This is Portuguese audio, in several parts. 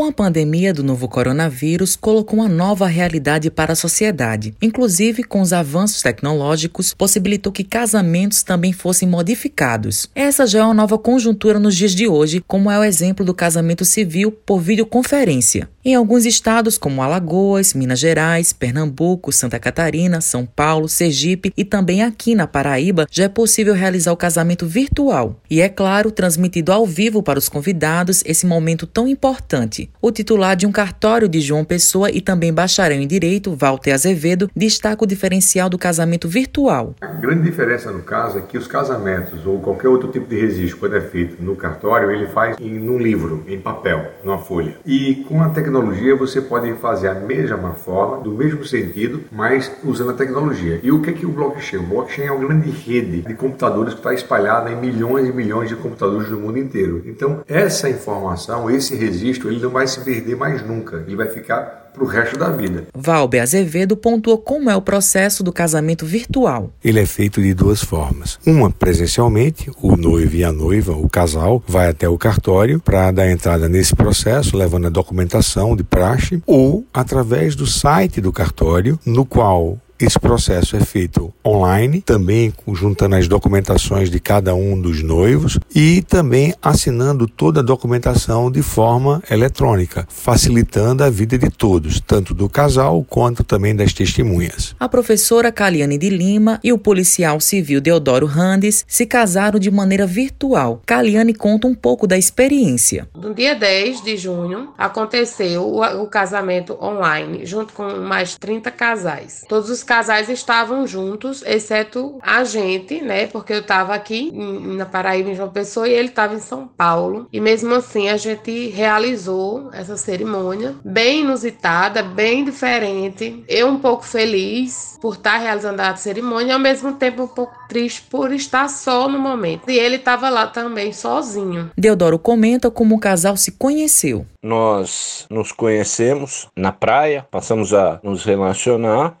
Com a pandemia do novo coronavírus, colocou uma nova realidade para a sociedade. Inclusive, com os avanços tecnológicos, possibilitou que casamentos também fossem modificados. Essa já é uma nova conjuntura nos dias de hoje, como é o exemplo do casamento civil por videoconferência. Em alguns estados, como Alagoas, Minas Gerais, Pernambuco, Santa Catarina, São Paulo, Sergipe e também aqui na Paraíba, já é possível realizar o casamento virtual. E é claro, transmitido ao vivo para os convidados esse momento tão importante. O titular de um cartório de João Pessoa e também bacharel em Direito, Walter Azevedo, destaca o diferencial do casamento virtual. A grande diferença no caso é que os casamentos ou qualquer outro tipo de registro, quando é feito no cartório, ele faz num livro, em papel, numa folha. E com a tecnologia você pode fazer a mesma forma, do mesmo sentido, mas usando a tecnologia. E o que é o blockchain? O blockchain é uma grande rede de computadores que está espalhada em milhões e milhões de computadores no mundo inteiro. Então, essa informação, esse registro, ele não vai se perder mais nunca. Ele vai ficar para o resto da vida. Walter Azevedo pontuou como é o processo do casamento virtual. Ele é feito de duas formas. Uma, presencialmente, o noivo e a noiva, o casal, vai até o cartório para dar entrada nesse processo, levando a documentação de praxe, ou através do site do cartório, no qual esse processo é feito online, também juntando as documentações de cada um dos noivos e também assinando toda a documentação de forma eletrônica, facilitando a vida de todos, tanto do casal quanto também das testemunhas. A professora Caliane de Lima e o policial civil Deodoro Randes se casaram de maneira virtual. Caliane conta um pouco da experiência. No dia 10 de junho, aconteceu o casamento online, junto com mais 30 casais. Todos os casais estavam juntos, exceto a gente, né? Porque eu estava aqui na Paraíba, em João Pessoa, e ele estava em São Paulo. E mesmo assim, a gente realizou essa cerimônia bem inusitada, bem diferente. Eu um pouco feliz por estar realizando a cerimônia e ao mesmo tempo um pouco triste por estar só no momento. E ele estava lá também sozinho. Deodoro comenta como o casal se conheceu. Nós nos conhecemos na praia, passamos a nos relacionar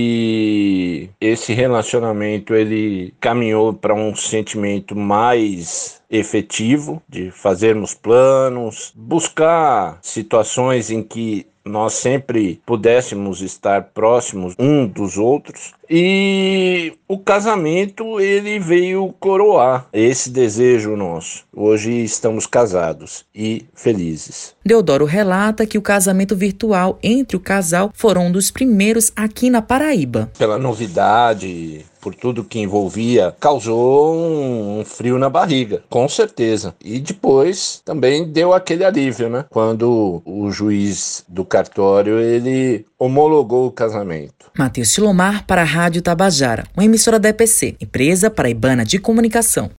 e esse relacionamento ele caminhou para um sentimento mais efetivo de fazermos planos, buscar situações em que nós sempre pudéssemos estar próximos um dos outros. E o casamento ele veio coroar esse desejo nosso. Hoje estamos casados e felizes. Deodoro relata que o casamento virtual entre o casal foram um dos primeiros aqui na Paraíba. Pela novidade, por tudo que envolvia, causou um frio na barriga, com certeza. E depois também deu aquele alívio, né? Quando o juiz do cartório ele homologou o casamento. Matheus Silomar para a Rádio Tabajara, uma emissora da EPC, Empresa Paraibana de Comunicação.